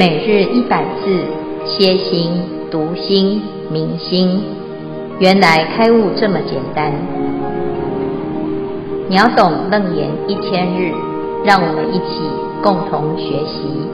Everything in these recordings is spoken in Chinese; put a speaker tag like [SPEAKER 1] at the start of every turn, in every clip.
[SPEAKER 1] 每日100字，歇心、读心、明心，原来开悟这么简单。秒懂楞严1000日，让我们一起共同学习。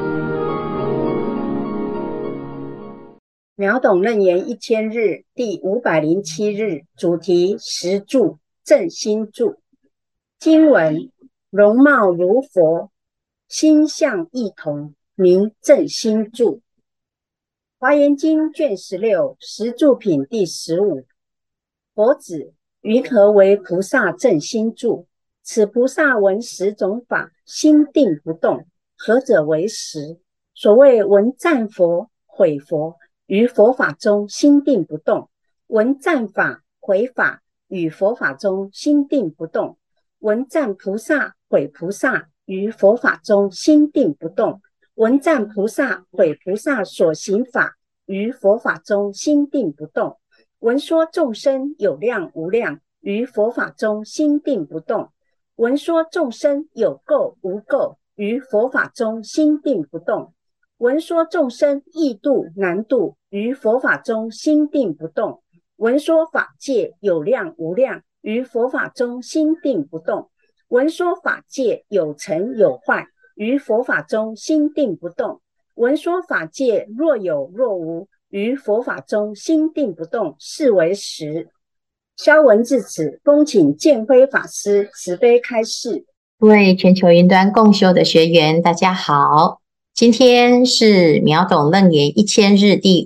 [SPEAKER 2] 秒懂楞严1000日第507日，主题十住正心住。经文：容貌如佛，心相异同，名正心住。华严经卷16十住品第15。佛子：云何为菩萨正心住？此菩萨闻10种法，心定不动，何者为实？所谓闻赞佛、毁佛，于佛法中心定不动；闻赞法、毁法，于佛法中心定不动；闻赞菩萨、毁菩萨，于佛法中心定不动；闻赞菩萨、毁菩萨所行法，于佛法中心定不动；闻说众生有量无量，于佛法中心定不动；闻说众生有垢无垢，于佛法中心定不动；闻说众生易度难度，于佛法中心定不动；闻说法界有量无量，于佛法中心定不动；闻说法界有成有坏，于佛法中心定不动；闻说法界若有若无，于佛法中心定不动，是为实。消文至此，恭请建辉法师慈悲开示。
[SPEAKER 1] 各位全球云端共修的学员，大家好，今天是秒懂楞严1000日第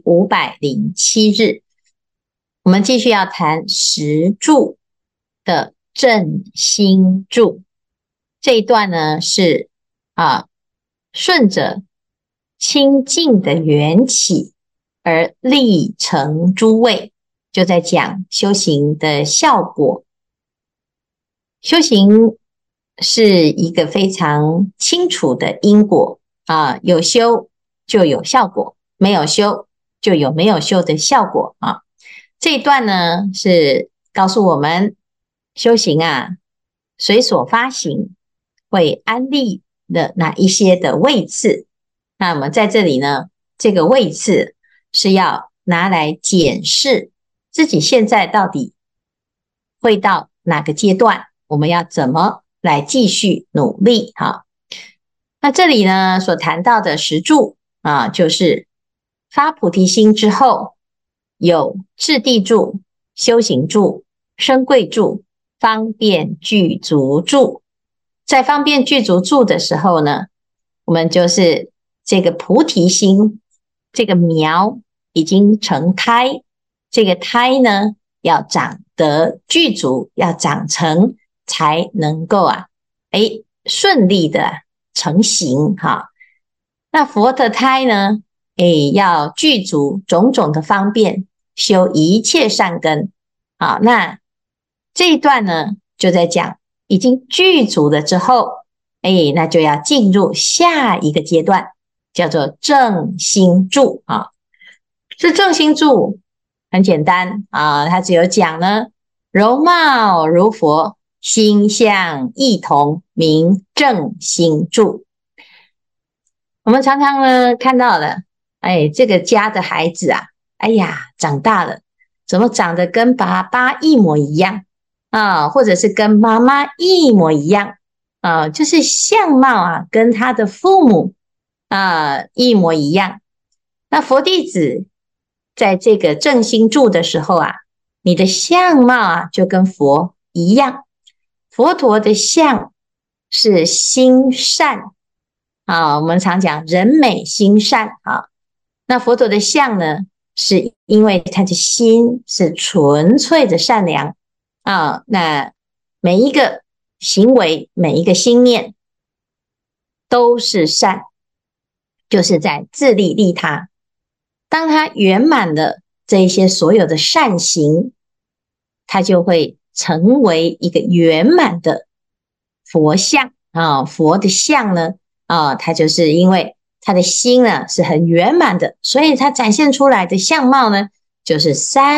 [SPEAKER 1] 507日，我们继续要谈十住的正心住。这一段呢是顺着清净的缘起而立成诸位，就在讲修行的效果。修行是一个非常清楚的因果有修就有效果，没有修就有没有修的效果这一段呢是告诉我们修行随所发行会安立的哪一些的位次。那我们在这里呢，这个位次是要拿来检视自己现在到底会到哪个阶段，我们要怎么来继续努力那这里呢所谈到的十住就是发菩提心之后，有智地住、修行住、生贵住、方便具足住。在方便具足住的时候呢，我们就是这个菩提心，这个苗已经成胎，这个胎呢要长得具足，要长成，才能够顺利的成形那佛的胎呢要具足种种的方便，修一切善根那这一段呢就在讲已经具足了之后那就要进入下一个阶段，叫做正心住这正心住很简单它只有讲呢，容貌如佛，心相异同，名正心住。我们常常呢看到了这个家的孩子长大了，怎么长得跟爸爸一模一样或者是跟妈妈一模一样就是相貌跟他的父母一模一样。那佛弟子在这个正心住的时候你的相貌就跟佛一样。佛陀的相是心善我们常讲人美心善那佛陀的相呢，是因为他的心是纯粹的善良那每一个行为，每一个心念都是善，就是在自利利他。当他圆满了这一些所有的善行，他就会成为一个圆满的佛像佛的像呢他就是因为他的心呢是很圆满的，所以他展现出来的相貌呢就是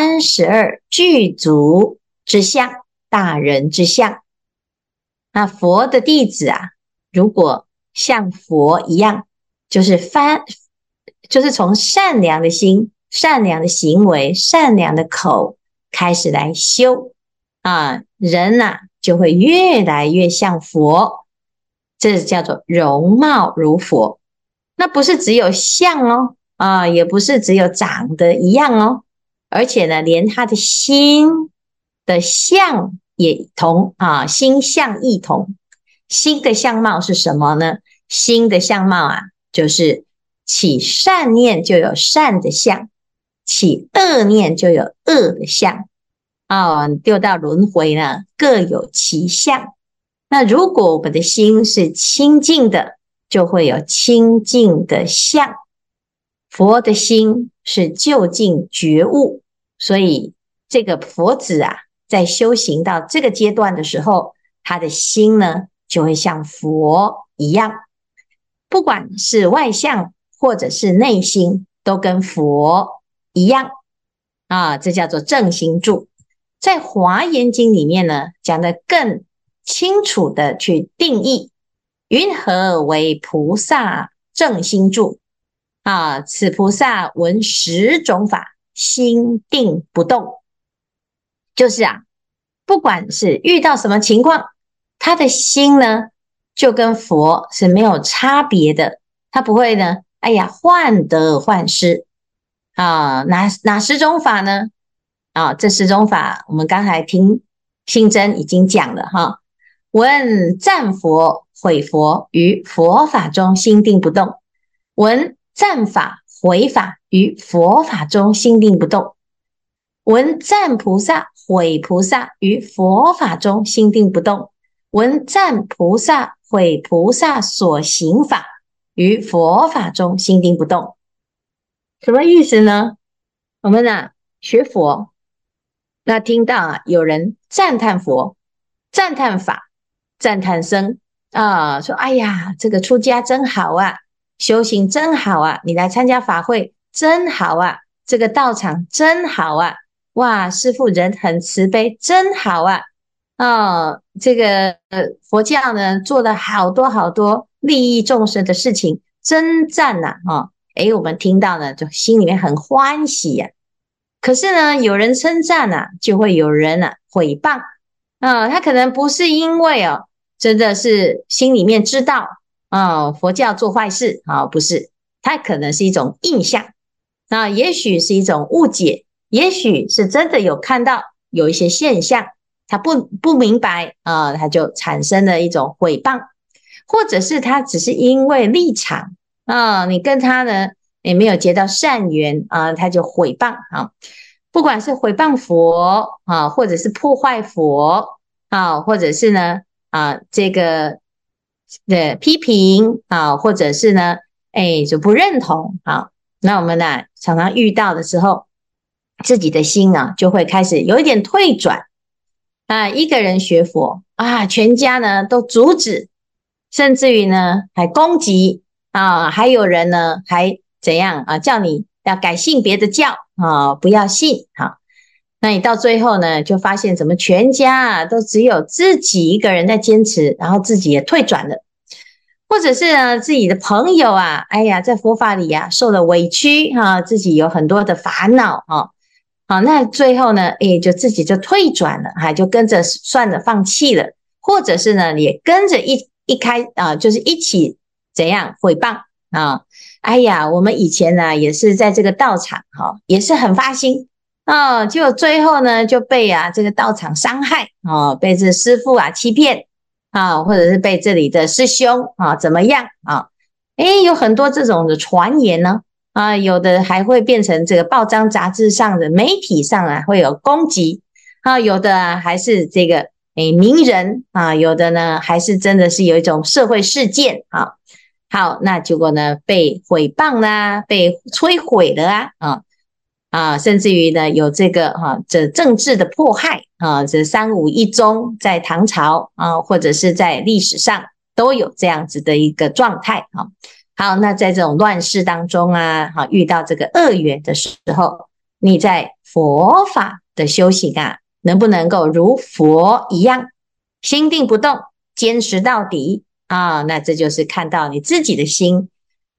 [SPEAKER 1] 32具足之相，大人之相。那佛的弟子如果像佛一样，就是就是从善良的心、善良的行为、善良的口开始来修人就会越来越像佛，这叫做容貌如佛。那不是只有像也不是只有长得一样而且呢，连他的心的相也同心相亦同。心的相貌是什么呢？心的相貌就是起善念就有善的相，起恶念就有恶的相六道轮回呢各有其相。那如果我们的心是清净的，就会有清净的相。佛的心是究竟觉悟，所以这个佛子在修行到这个阶段的时候，他的心呢就会像佛一样，不管是外相或者是内心，都跟佛一样这叫做正心住。在华严经里面呢，讲得更清楚的去定义，云何为菩萨正心住此菩萨闻10种法，心定不动。就是不管是遇到什么情况，他的心呢就跟佛是没有差别的，他不会呢患得患失哪10种法呢这10种法我们刚才听信真已经讲了闻赞佛毁佛，于佛法中心定不动。闻赞法毁法，于佛法中心定不动。闻赞菩萨毁菩萨，于佛法中心定不动。闻赞菩萨毁菩萨所行法，于佛法中心定不动。什么意思呢？我们学佛，那听到有人赞叹佛、赞叹法、赞叹僧说哎呀，这个出家真好修行真好你来参加法会真好这个道场真好哇，师父人很慈悲，真好这个佛教呢做了好多好多利益众生的事情，真赞我们听到呢就心里面很欢喜可是呢，有人称赞就会有人毁谤他可能不是因为真的是心里面知道佛教做坏事不是，他可能是一种印象也许是一种误解，也许是真的有看到有一些现象，他不明白他就产生了一种毁谤，或者是他只是因为立场你跟他呢也没有结到善缘他就毁谤不管是毁谤佛或者是破坏佛或者是呢这个的批评或者是呢就不认同那我们常常遇到的时候，自己的心就会开始有一点退转一个人学佛全家呢都阻止，甚至于呢还攻击还有人呢还怎样叫你要改信别的教不要信那你到最后呢就发现怎么全家都只有自己一个人在坚持，然后自己也退转了，或者是呢自己的朋友哎呀在佛法里受了委屈自己有很多的烦恼那最后呢就自己就退转了就跟着算了放弃了，或者是呢也跟着就是一起怎样毁谤哎呀我们以前呢也是在这个道场也是很发心结果最后呢就被这个道场伤害被这师父欺骗或者是被这里的师兄怎么样有很多这种的传言呢有的还会变成这个报章杂志上的媒体上会有攻击有的还是这个名人有的呢还是真的是有一种社会事件好，那结果呢被毁谤啦，被摧毁了甚至于呢有这个这政治的迫害这351中在唐朝或者是在历史上都有这样子的一个状态好，那在这种乱世当中遇到这个恶缘的时候，你在佛法的修行能不能够如佛一样心定不动，坚持到底那这就是看到你自己的心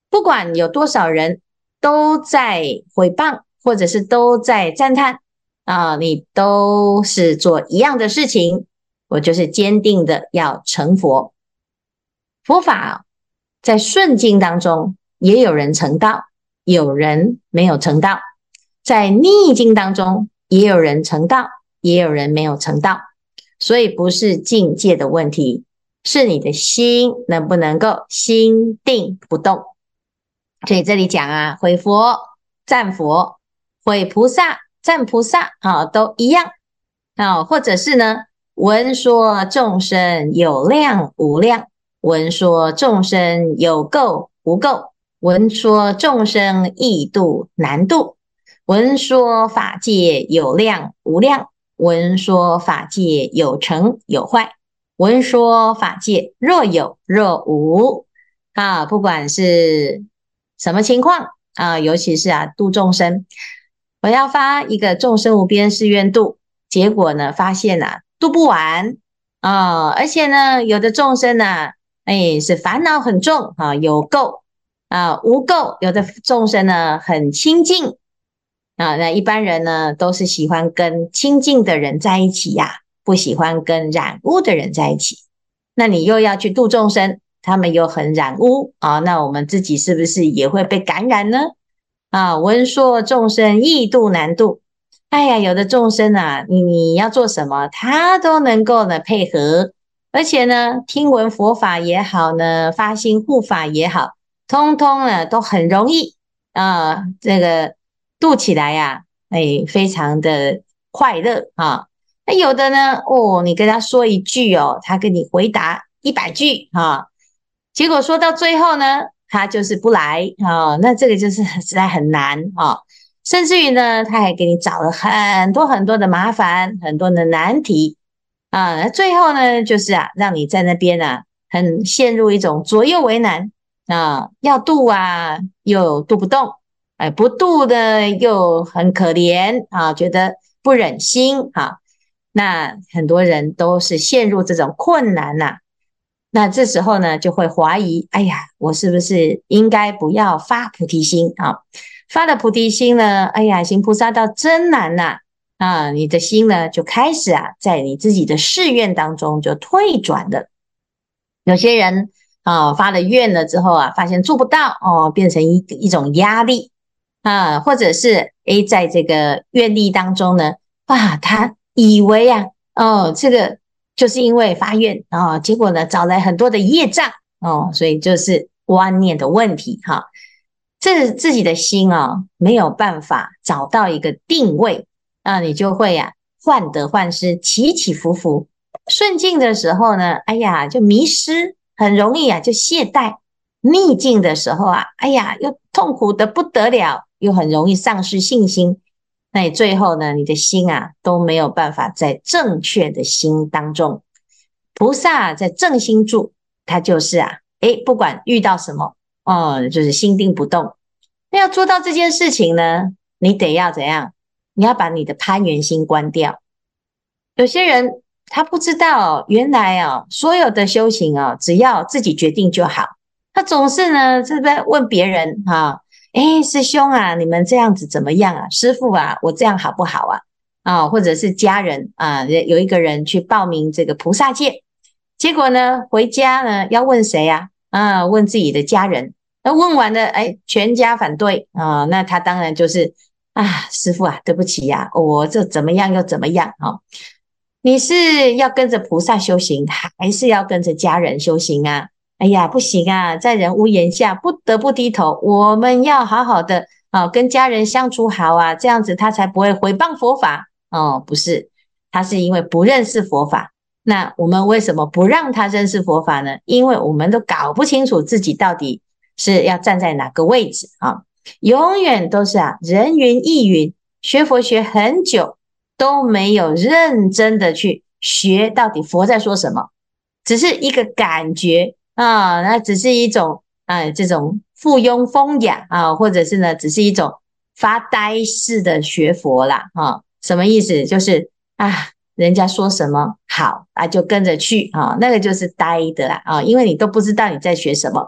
[SPEAKER 1] 不管有多少人都在毁谤，或者是都在赞叹啊，你都是做一样的事情，我就是坚定的要成佛。佛法在顺境当中，也有人成道，有人没有成道；在逆境当中，也有人成道，也有人没有成道。所以不是境界的问题，是你的心能不能够心定不动。所以这里讲啊，毁佛、赞佛、毁菩萨、赞菩萨啊，都一样啊。或者是呢，闻说众生有量无量，闻说众生有垢无垢，闻说众生易度难度，闻说法界有量无量，闻说法界有成有坏，闻说法界若有若无啊，不管是什么情况啊，尤其是度众生，我要发一个众生无边誓愿度，结果呢发现度不完啊，而且呢有的众生是烦恼很重啊，有垢无垢，有的众生呢很清净啊，那一般人呢都是喜欢跟清净的人在一起呀，不喜欢跟染污的人在一起。那你又要去度众生，他们又很染污啊，那我们自己是不是也会被感染呢？闻说众生易度难度，哎呀，有的众生你要做什么，他都能够呢配合，而且呢，听闻佛法也好呢，发心护法也好，通通呢都很容易这个度起来非常的快乐啊。那有的呢，你跟他说一句他跟你回答100句结果说到最后呢，他就是不来那这个就是实在很难甚至于呢，他还给你找了很多很多的麻烦，很多的难题最后呢，就是让你在那边很陷入一种左右为难要度又度不动，不度的又很可怜觉得不忍心那很多人都是陷入这种困难那这时候呢，就会怀疑，哎呀，我是不是应该不要发菩提心发了菩提心呢，哎呀，行菩萨道真难你的心呢就开始在你自己的誓愿当中就退转了。有些人发了愿了之后发现做不到变成一种压力或者是在这个愿力当中呢，他以为这个就是因为发愿结果呢找来很多的业障所以就是观念的问题这自己的心没有办法找到一个定位你就会患得患失，起起伏伏。顺境的时候呢，哎呀就迷失，很容易就懈怠；逆境的时候哎呀又痛苦的不得了，又很容易丧失信心。那你最后呢，你的心都没有办法在正确的心当中。菩萨在正心住，他就是不管遇到什么就是心定不动。那要做到这件事情呢，你得要怎样？你要把你的攀缘心关掉。有些人他不知道原来所有的修行只要自己决定就好。他总是呢是在问别人师兄你们这样子怎么样师父我这样好不好或者是家人有一个人去报名这个菩萨戒，结果呢回家呢要问谁问自己的家人。那问完了全家反对那他当然就是师父对不起我这怎么样又怎么样你是要跟着菩萨修行，还是要跟着家人修行哎呀不行在人屋檐下不得不低头，我们要好好的跟家人相处好这样子他才不会毁谤佛法不是，他是因为不认识佛法。那我们为什么不让他认识佛法呢？因为我们都搞不清楚自己到底是要站在哪个位置永远都是人云亦云，学佛学很久都没有认真的去学到底佛在说什么，只是一个感觉那只是一种这种附庸风雅或者是呢只是一种发呆式的学佛啦什么意思？就是人家说什么好就跟着去那个就是呆的啦因为你都不知道你在学什么。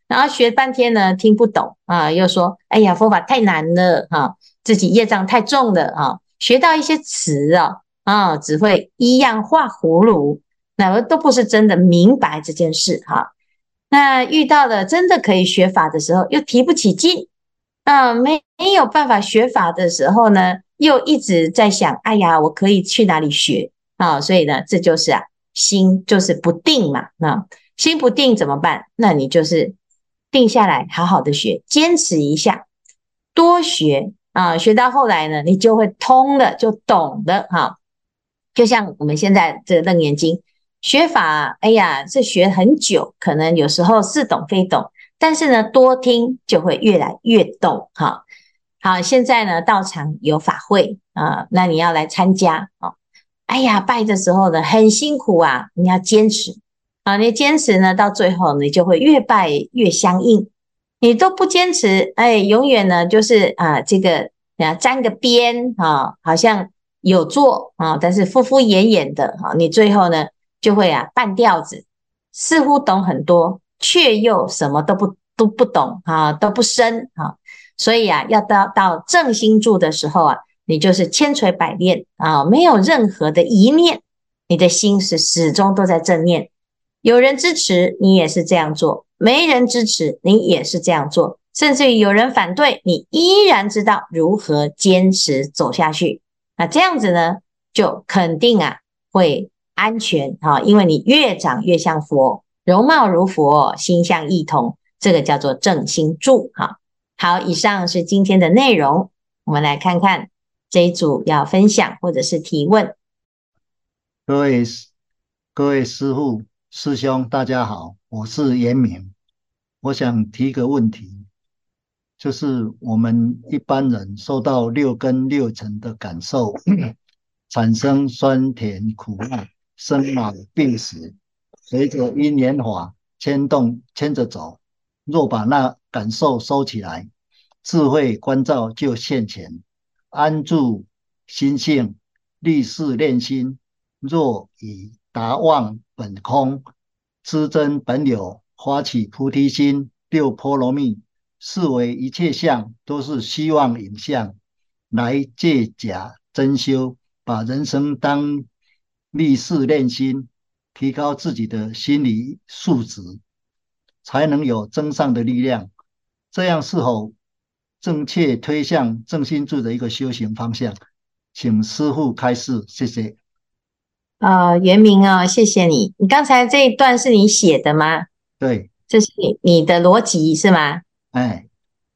[SPEAKER 1] 然后学半天呢听不懂啊，又说哎呀佛法太难了啊，自己业障太重了啊，学到一些词只会一样画葫芦，那都不是真的明白这件事哈。那遇到了真的可以学法的时候，又提不起劲没有办法学法的时候呢，又一直在想，哎呀，我可以去哪里学所以呢，这就是心就是不定嘛。那心不定怎么办？那你就是定下来，好好的学，坚持一下，多学学到后来呢，你就会通了，就懂了就像我们现在这个楞严经学法，哎呀，这学很久，可能有时候似懂非懂，但是呢，多听就会越来越懂好，现在呢，道场有法会那你要来参加哎呀，拜的时候呢，很辛苦你要坚持你坚持呢，到最后你就会越拜越相应。你都不坚持，哎，永远呢就是这个沾个边好像有做但是敷敷衍衍的你最后呢就会半吊子，似乎懂很多，却又什么都不懂都不深所以要到正心住的时候你就是千锤百炼没有任何的一念，你的心是始终都在正念。有人支持你也是这样做，没人支持你也是这样做，甚至于有人反对你依然知道如何坚持走下去。那这样子呢，就肯定会安全因为你越长越像佛，容貌如佛，心相异同，这个叫做正心住好，以上是今天的内容，我们来看看这一组要分享或者是提问。
[SPEAKER 3] 各位各位师父师兄大家好，我是严明，我想提个问题，就是我们一般人受到六根六尘的感受产生酸甜苦辣生老病死，随着因缘法牵着走，若把那感受收起来，智慧关照就现前，安住心性，立誓练心，若以达望本空，知真本有，发起菩提心，六波罗蜜，视为一切相都是希望影像，来借假真修，把人生当立誓练心，提高自己的心理素质，才能有增上的力量。这样是否正确推向正心住的一个修行方向？请师父开示，谢谢。
[SPEAKER 1] 袁明谢谢你。你刚才这一段是你写的吗？
[SPEAKER 3] 对，
[SPEAKER 1] 这是你的逻辑是吗？
[SPEAKER 3] 哎，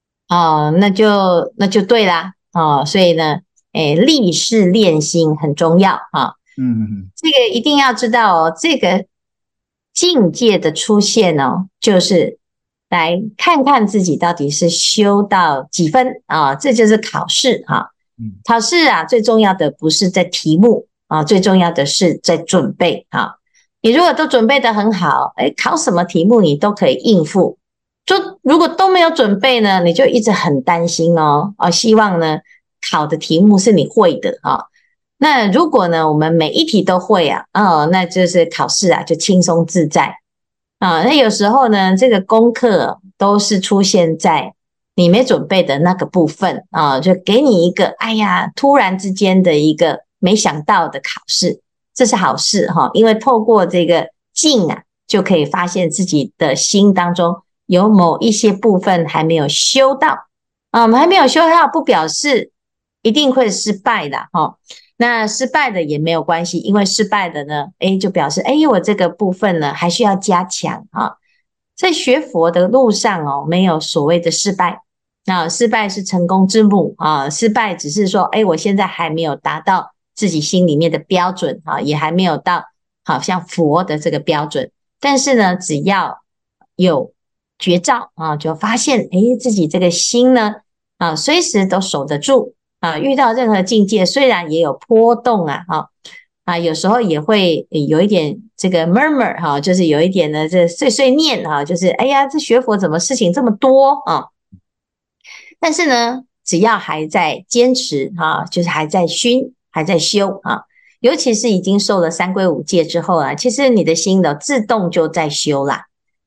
[SPEAKER 1] 那就对啦所以呢，立誓练心很重要这个一定要知道这个境界的出现就是来看看自己到底是修到几分这就是考试考试最重要的不是在题目最重要的是在准备你如果都准备得很好，考什么题目你都可以应付。就如果都没有准备呢，你就一直很担心希望呢考的题目是你会的那如果呢我们每一题都会那就是考试就轻松自在那有时候呢这个功课都是出现在你没准备的那个部分就给你一个哎呀突然之间的一个没想到的考试，这是好事因为透过这个境就可以发现自己的心当中有某一些部分还没有修到还没有修到不表示一定会失败的那失败的也没有关系，因为失败的呢就表示我这个部分呢还需要加强在学佛的路上没有所谓的失败失败是成功之母失败只是说我现在还没有达到自己心里面的标准也还没有到好像佛的这个标准，但是呢只要有觉照就发现自己这个心呢随时都守得住遇到任何境界虽然也有波动有时候也会有一点这个 murmur 就是有一点的这碎碎念就是哎呀这学佛怎么事情这么多但是呢只要还在坚持就是还在熏还在修尤其是已经受了三皈五戒之后其实你的心的自动就在修啦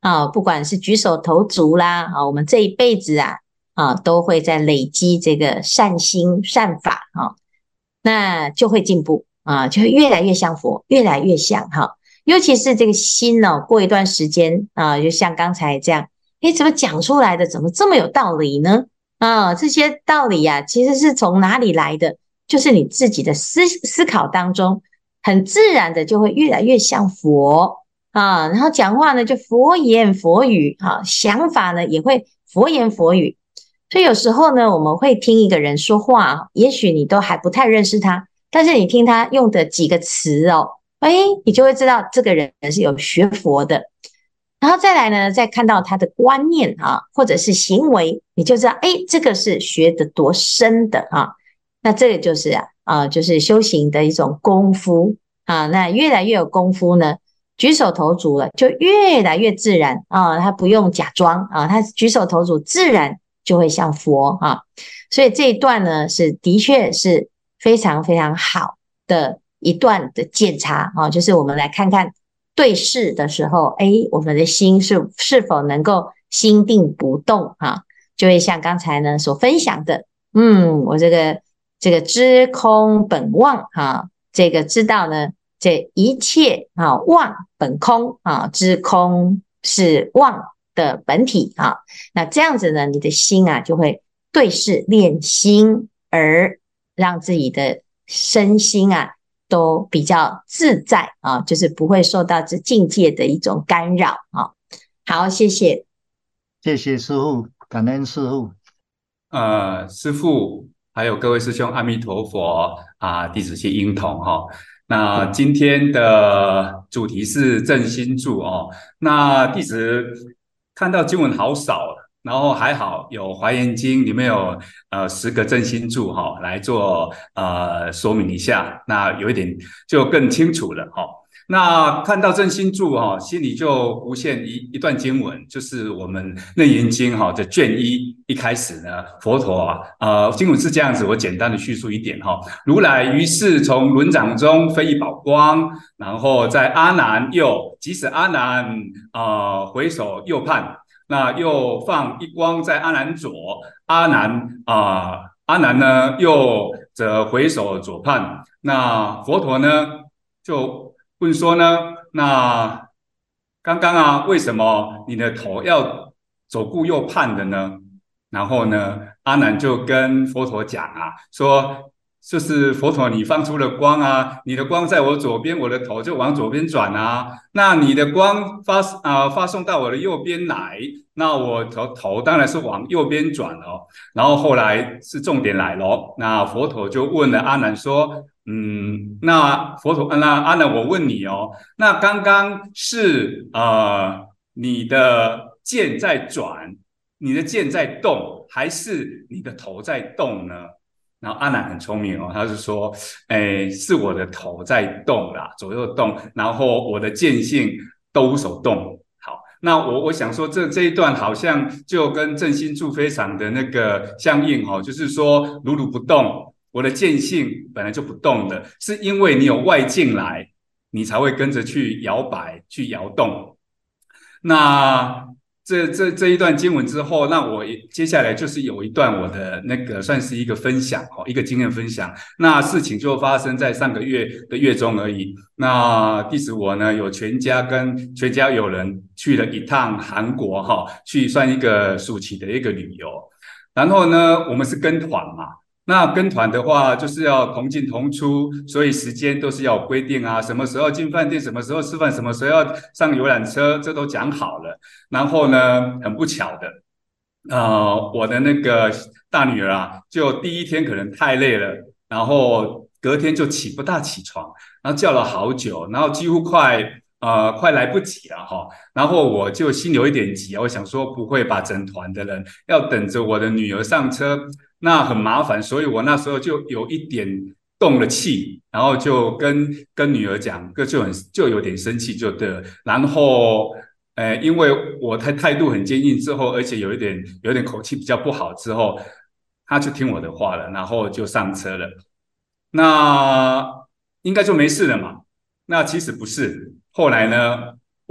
[SPEAKER 1] 啊，不管是举手投足啦，啊，我们这一辈子都会在累积这个善心善法那就会进步就会越来越像佛，越来越像尤其是这个心呢，过一段时间就像刚才这样，诶，怎么讲出来的，怎么这么有道理呢？这些道理其实是从哪里来的？就是你自己的思考当中，很自然的就会越来越像佛然后讲话呢就佛言佛语想法呢也会佛言佛语。所以有时候呢，我们会听一个人说话也许你都还不太认识他，但是你听他用的几个词你就会知道这个人是有学佛的。然后再来呢，再看到他的观念或者是行为，你就知道，这个是学得多深的那这个就是就是修行的一种功夫那越来越有功夫呢，举手投足了，就越来越自然他不用假装他举手投足自然就会像佛所以这一段呢，的确是非常非常好的一段的检查就是我们来看看对视的时候，我们的心是否能够心定不动就会像刚才呢所分享的，我这个知空本妄这个知道呢，这一切妄本空知空是妄的本体那这样子呢，你的心就会对视练心，而让自己的身心都比较自在就是不会受到这境界的一种干扰好，谢谢。
[SPEAKER 3] 谢谢师父，感恩师父。
[SPEAKER 4] 师父还有各位师兄，阿弥陀佛弟子是英童那今天的主题是正心住那弟子看到经文好少，然后还好有华严经里面有10个正心住来做说明一下，那有一点就更清楚了那看到正心住心里就浮现一段经文，就是我们楞严经的卷一开始呢，佛陀经文是这样子，我简单的叙述一点如来于是从轮掌中飞一宝光，然后在阿难右，即使阿难回首右盼，那又放一光在阿难左，阿难呢又则回首左盼，那佛陀呢就问说呢，那刚刚为什么你的头要左顾右盼的呢？然后呢，阿难就跟佛陀讲说就是佛陀，你放出了光你的光在我左边，我的头就往左边转那你的光发送到我的右边来，那我头当然是往右边转然后后来是重点来咯，那佛陀就问了阿难说，那阿难，我问你那刚刚是你的剑在转，你的剑在动，还是你的头在动呢？然后阿难很聪明他是说，是我的头在动啦，左右动，然后我的剑性都无所动。好，那我想说这一段好像就跟正心住非常的那个相应就是说如如不动，我的剑性本来就不动的，是因为你有外境来，你才会跟着去摇摆去摇动。那这一段经文之后，那我接下来就是有一段我的那个算是一个分享一个经验分享。那事情就发生在上个月的月中而已。那弟子我呢有全家有人去了一趟韩国去算一个暑期的一个旅游。然后呢，我们是跟团嘛。那跟团的话就是要同进同出，所以时间都是要有规定什么时候进饭店，什么时候吃饭，什么时候要上游览车，这都讲好了。然后呢，很不巧的我的那个大女儿就第一天可能太累了，然后隔天就不大起床，然后叫了好久，然后几乎快来不及了然后我就心有一点急我想说不会把整团的人要等着我的女儿上车，那很麻烦，所以我那时候就有一点动了气，然后就跟女儿讲，就有点生气就对了。然后因为我态度很坚硬之后，而且有点口气比较不好之后，他就听我的话了，然后就上车了。那应该就没事了嘛？那其实不是。后来呢，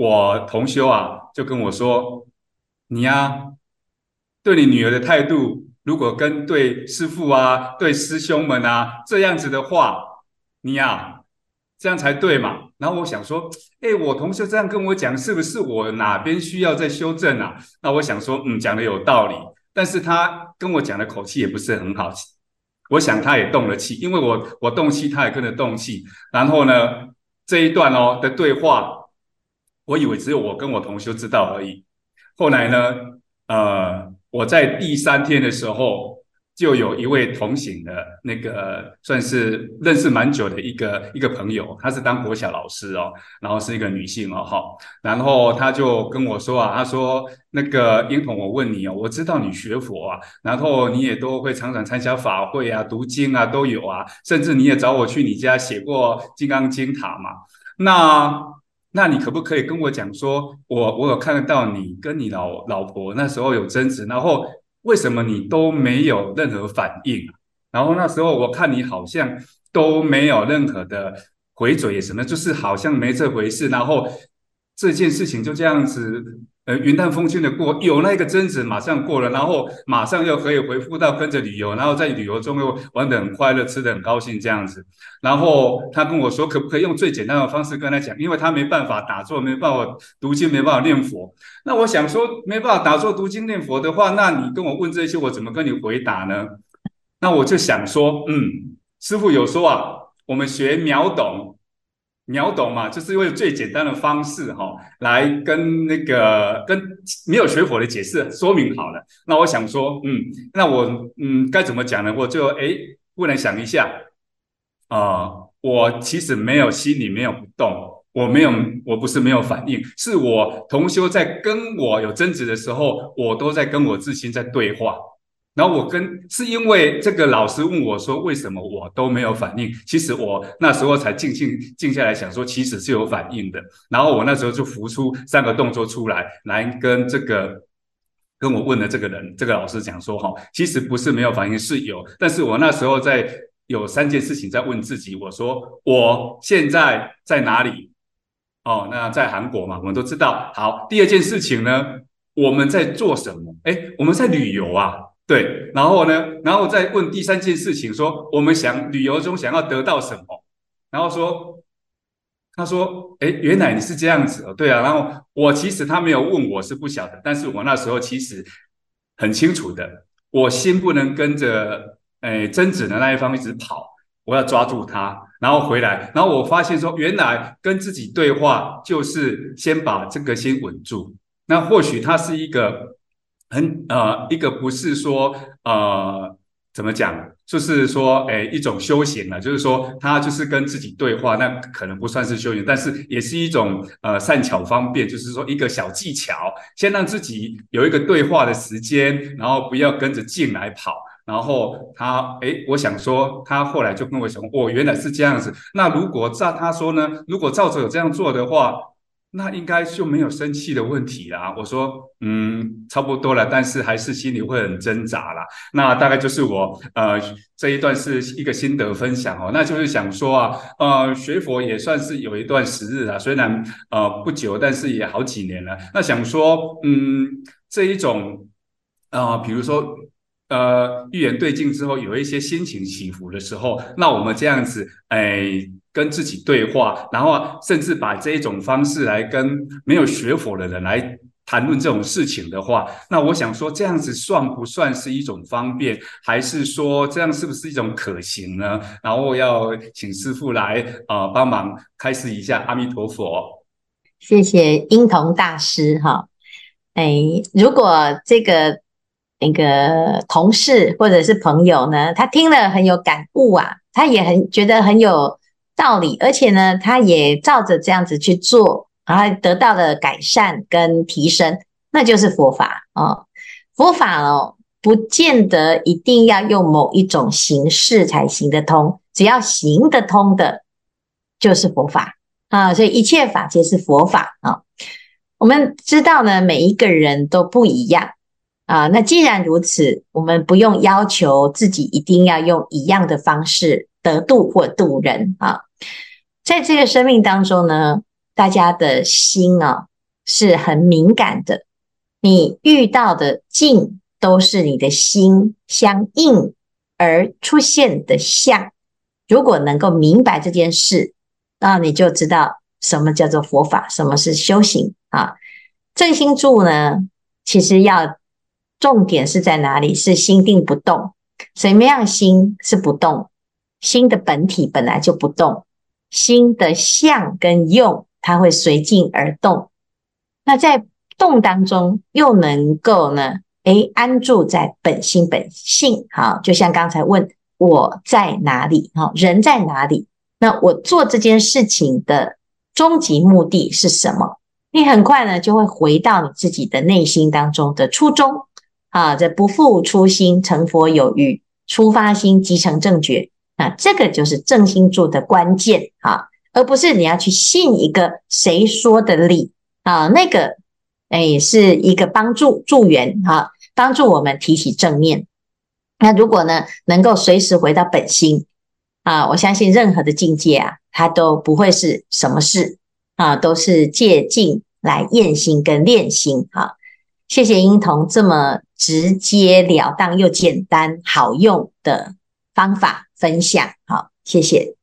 [SPEAKER 4] 我同修啊就跟我说，你呀，对你女儿的态度，如果跟对师父啊、对师兄们啊这样子的话，你呀这样才对嘛。然后我想说，我同修这样跟我讲，是不是我哪边需要再修正啊？那我想说，讲的有道理，但是他跟我讲的口气也不是很好。我想他也动了气，因为我动气，他也跟着动气。然后呢，这一段的对话，我以为只有我跟我同修知道而已。后来呢，我在第3天的时候，就有一位同行的那个算是认识蛮久的一个朋友，她是当国小老师哦，然后是一个女性哦，哈，然后她就跟我说啊，她说那个英童，我问你哦，我知道你学佛啊，然后你也都会常常参加法会啊、读经啊都有啊，甚至你也找我去你家写过《金刚经》塔嘛，那你可不可以跟我讲说，我有看得到你跟你老婆那时候有争执，然后为什么你都没有任何反应啊？然后那时候我看你好像都没有任何的回嘴什么，就是好像没这回事，然后这件事情就这样子，云淡风轻的过，有那个争执马上过了，然后马上又可以恢复到跟着旅游，然后在旅游中又玩得很快乐，吃得很高兴这样子。然后他跟我说，可不可以用最简单的方式跟他讲，因为他没办法打坐，没办法读经，没办法念佛。那我想说，没办法打坐、读经、念佛的话，那你跟我问这些，我怎么跟你回答呢？那我就想说，师父有说啊，我们学秒懂，秒懂嘛，就是用最简单的方式来跟没有学佛的解释说明好了。那我想说，那我该怎么讲呢？我就不能想一下，我其实没有心里没有不动，我不是没有反应，是我同修在跟我有争执的时候，我都在跟我自心在对话。然后是因为这个老师问我说为什么我都没有反应，其实我那时候才静下来想说，其实是有反应的。然后我那时候就浮出3个动作出来，来跟我问的这个人，这个老师讲说其实不是没有反应，是有，但是我那时候有3件事情在问自己，我说我现在在哪里？那在韩国嘛，我们都知道。好，第2件事情呢，我们在做什么？我们在旅游啊。对，然后呢，然后再问第3件事情，说我们旅游中想要得到什么？然后他说，原来你是这样子哦，对啊。然后其实他没有问我是不晓得，但是我那时候其实很清楚的，我心不能跟着争执的那一方一直跑，我要抓住他，然后回来，然后我发现说，原来跟自己对话就是先把这个心稳住。那或许它是一个一个不是说怎么讲，就是说一种修行了，就是说他就是跟自己对话，那可能不算是修行，但是也是一种善巧方便，就是说一个小技巧，先让自己有一个对话的时间，然后不要跟着劲来跑。然后我想说，他后来就跟我讲，原来是这样子。那如果他说呢，如果照着有这样做的话，那应该就没有生气的问题啦。我说，差不多了，但是还是心里会很挣扎啦。那大概就是我这一段是一个心得分享那就是想说学佛也算是有一段时日啦，虽然不久，但是也好几年了。那想说，这一种比如说预言对境之后，有一些心情起伏的时候，那我们这样子跟自己对话，然后甚至把这一种方式来跟没有学佛的人来谈论这种事情的话，那我想说，这样子算不算是一种方便，还是说这样是不是一种可行呢？然后要请师父来帮忙开示一下。阿弥陀佛。
[SPEAKER 1] 谢谢英童大师哈。如果那个同事或者是朋友呢，他听了很有感悟啊，他也觉得很有道理，而且呢，他也照着这样子去做，然后得到了改善跟提升，那就是佛法哦。佛法不见得一定要用某一种形式才行得通，只要行得通的，就是佛法啊。所以一切法皆是佛法啊。我们知道呢，每一个人都不一样啊。那既然如此，我们不用要求自己一定要用一样的方式得度或度人啊。在这个生命当中呢，大家的心是很敏感的，你遇到的境都是你的心相应而出现的相。如果能够明白这件事，那你就知道什么叫做佛法，什么是修行啊。正心住呢，其实重点是在哪里？是心定不动。什么样心是不动？心的本体本来就不动，心的相跟用它会随境而动。那在动当中又能够呢安住在本心本性。好，就像刚才问我在哪里，人在哪里，那我做这件事情的终极目的是什么？你很快呢就会回到你自己的内心当中的初衷啊，这不负初心，成佛有余，出发心即成正觉。那这个就是正心住的关键啊，而不是你要去信一个谁说的理啊，那个是一个助缘啊，帮助我们提起正念。那如果呢能够随时回到本心啊，我相信任何的境界啊，它都不会是什么事啊，都是借境来验心跟练心啊。谢谢英童这么直截了当又简单好用的方法分享，好，谢谢。